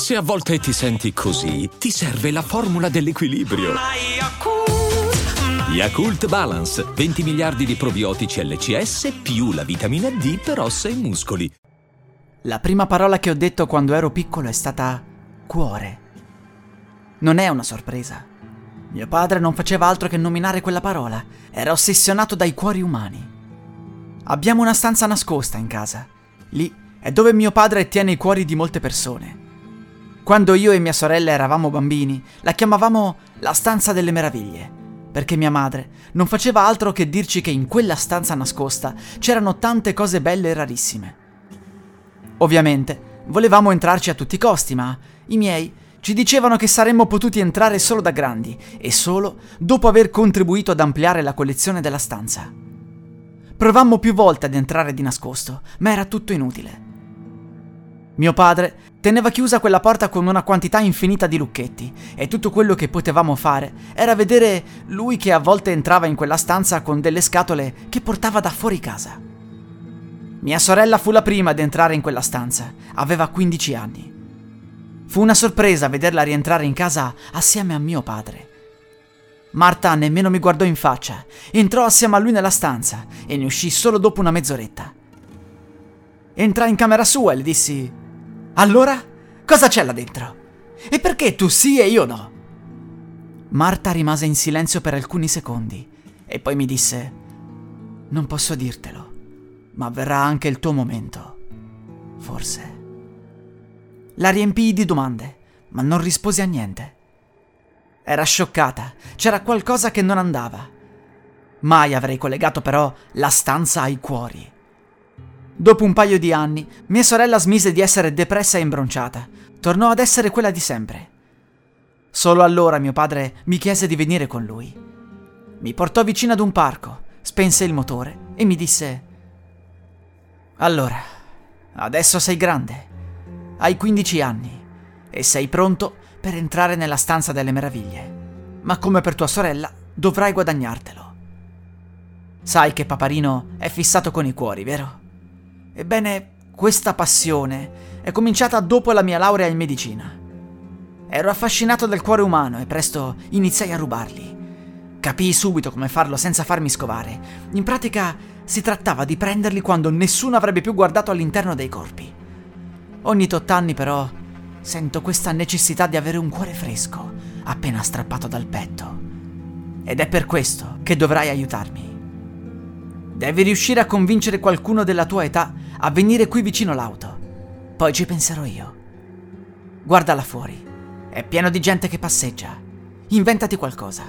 Se a volte ti senti così, ti serve la formula dell'equilibrio. Yakult Balance, 20 miliardi di probiotici LCS più la vitamina D per ossa e muscoli. La prima parola che ho detto quando ero piccolo è stata cuore. Non è una sorpresa. Mio padre non faceva altro che nominare quella parola. Era ossessionato dai cuori umani. Abbiamo una stanza nascosta in casa. Lì è dove mio padre tiene i cuori di molte persone. Quando io e mia sorella eravamo bambini, la chiamavamo la stanza delle meraviglie, perché mia madre non faceva altro che dirci che in quella stanza nascosta c'erano tante cose belle e rarissime. Ovviamente volevamo entrarci a tutti i costi, ma i miei ci dicevano che saremmo potuti entrare solo da grandi e solo dopo aver contribuito ad ampliare la collezione della stanza. Provammo più volte ad entrare di nascosto, ma era tutto inutile. Mio padre teneva chiusa quella porta con una quantità infinita di lucchetti e tutto quello che potevamo fare era vedere lui che a volte entrava in quella stanza con delle scatole che portava da fuori casa. Mia sorella fu la prima ad entrare in quella stanza, aveva 15 anni. Fu una sorpresa vederla rientrare in casa assieme a mio padre. Marta nemmeno mi guardò in faccia, entrò assieme a lui nella stanza e ne uscì solo dopo una mezz'oretta. Entrai in camera sua e le dissi: «Allora, cosa c'è là dentro? E perché tu sì e io no?» Marta rimase in silenzio per alcuni secondi e poi mi disse: «Non posso dirtelo, ma verrà anche il tuo momento, forse». La riempii di domande, ma non risposi a niente. Era scioccata, c'era qualcosa che non andava. Mai avrei collegato però la stanza ai cuori. Dopo un paio di anni, mia sorella smise di essere depressa e imbronciata. Tornò ad essere quella di sempre. Solo allora mio padre mi chiese di venire con lui. Mi portò vicino ad un parco, spense il motore e mi disse: «Allora, adesso sei grande, hai 15 anni e sei pronto per entrare nella stanza delle meraviglie. Ma come per tua sorella, dovrai guadagnartelo. Sai che Paparino è fissato con i cuori, vero? Ebbene, questa passione è cominciata dopo la mia laurea in medicina. Ero affascinato dal cuore umano e presto iniziai a rubarli. Capii subito come farlo senza farmi scovare. In pratica si trattava di prenderli quando nessuno avrebbe più guardato all'interno dei corpi. Ogni 8 anni però sento questa necessità di avere un cuore fresco, appena strappato dal petto. Ed è per questo che dovrai aiutarmi. Devi riuscire a convincere qualcuno della tua età a venire qui vicino all'auto. Poi ci penserò io. Guarda là fuori, è pieno di gente che passeggia. Inventati qualcosa».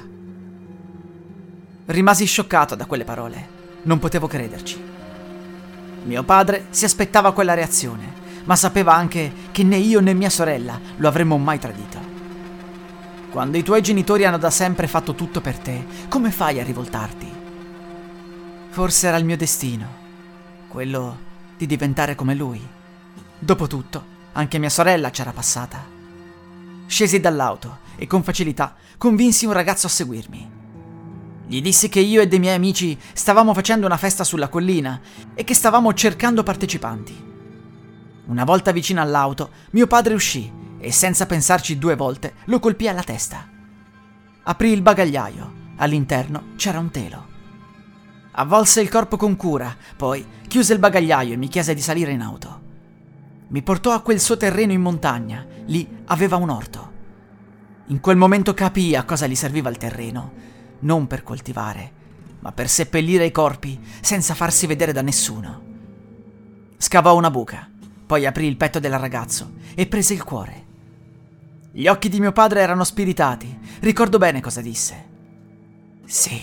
Rimasi scioccato da quelle parole. Non potevo crederci. Mio padre si aspettava quella reazione, ma sapeva anche che né io né mia sorella lo avremmo mai tradito. Quando i tuoi genitori hanno da sempre fatto tutto per te, come fai a rivoltarti? Forse era il mio destino, quello di diventare come lui. Dopotutto, anche mia sorella c'era passata. Scesi dall'auto e con facilità convinsi un ragazzo a seguirmi. Gli dissi che io e dei miei amici stavamo facendo una festa sulla collina e che stavamo cercando partecipanti. Una volta vicino all'auto, mio padre uscì e senza pensarci 2 volte lo colpì alla testa. Aprì il bagagliaio. All'interno c'era un telo. Avvolse il corpo con cura, poi chiuse il bagagliaio e mi chiese di salire in auto. Mi portò a quel suo terreno in montagna. Lì aveva un orto. In quel momento capii a cosa gli serviva il terreno. Non per coltivare, ma per seppellire i corpi senza farsi vedere da nessuno. Scavò una buca, poi aprì il petto del ragazzo e prese il cuore. Gli occhi di mio padre erano spiritati. Ricordo bene cosa disse. Sì,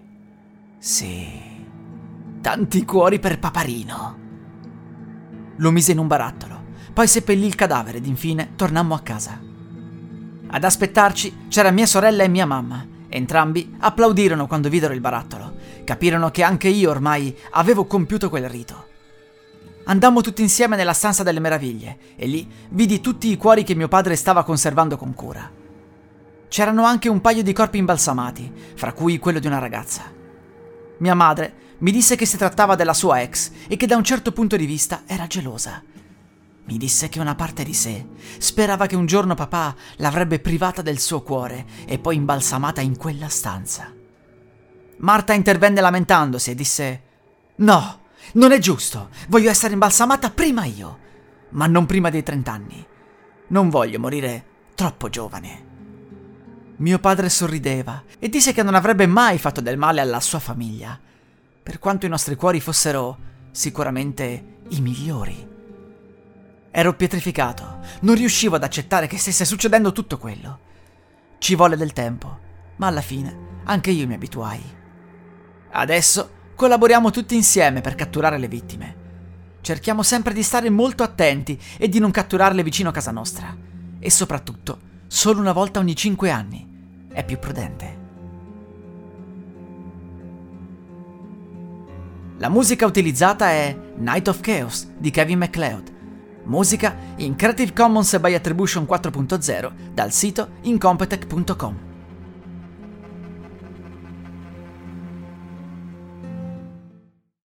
tanti cuori per Paparino. Lo mise in un barattolo, poi seppellì il cadavere ed infine tornammo a casa. Ad aspettarci c'era mia sorella e mia mamma. Entrambi applaudirono quando videro il barattolo. Capirono che anche io ormai avevo compiuto quel rito. Andammo tutti insieme nella stanza delle meraviglie e lì vidi tutti i cuori che mio padre stava conservando con cura. C'erano anche un paio di corpi imbalsamati, fra cui quello di una ragazza. Mia madre mi disse che si trattava della sua ex e che da un certo punto di vista era gelosa. Mi disse che una parte di sé sperava che un giorno papà l'avrebbe privata del suo cuore e poi imbalsamata in quella stanza. Marta intervenne lamentandosi e disse: «No, non è giusto, voglio essere imbalsamata prima io, ma non prima dei 30 anni. Non voglio morire troppo giovane». Mio padre sorrideva e disse che non avrebbe mai fatto del male alla sua famiglia, per quanto i nostri cuori fossero sicuramente i migliori. Ero pietrificato, non riuscivo ad accettare che stesse succedendo tutto quello. Ci volle del tempo, ma alla fine anche io mi abituai. Adesso collaboriamo tutti insieme per catturare le vittime. Cerchiamo sempre di stare molto attenti e di non catturarle vicino a casa nostra. E soprattutto, solo una volta ogni 5 anni. È più prudente. La musica utilizzata è Night of Chaos di Kevin MacLeod. Musica in Creative Commons by Attribution 4.0 dal sito incompetech.com.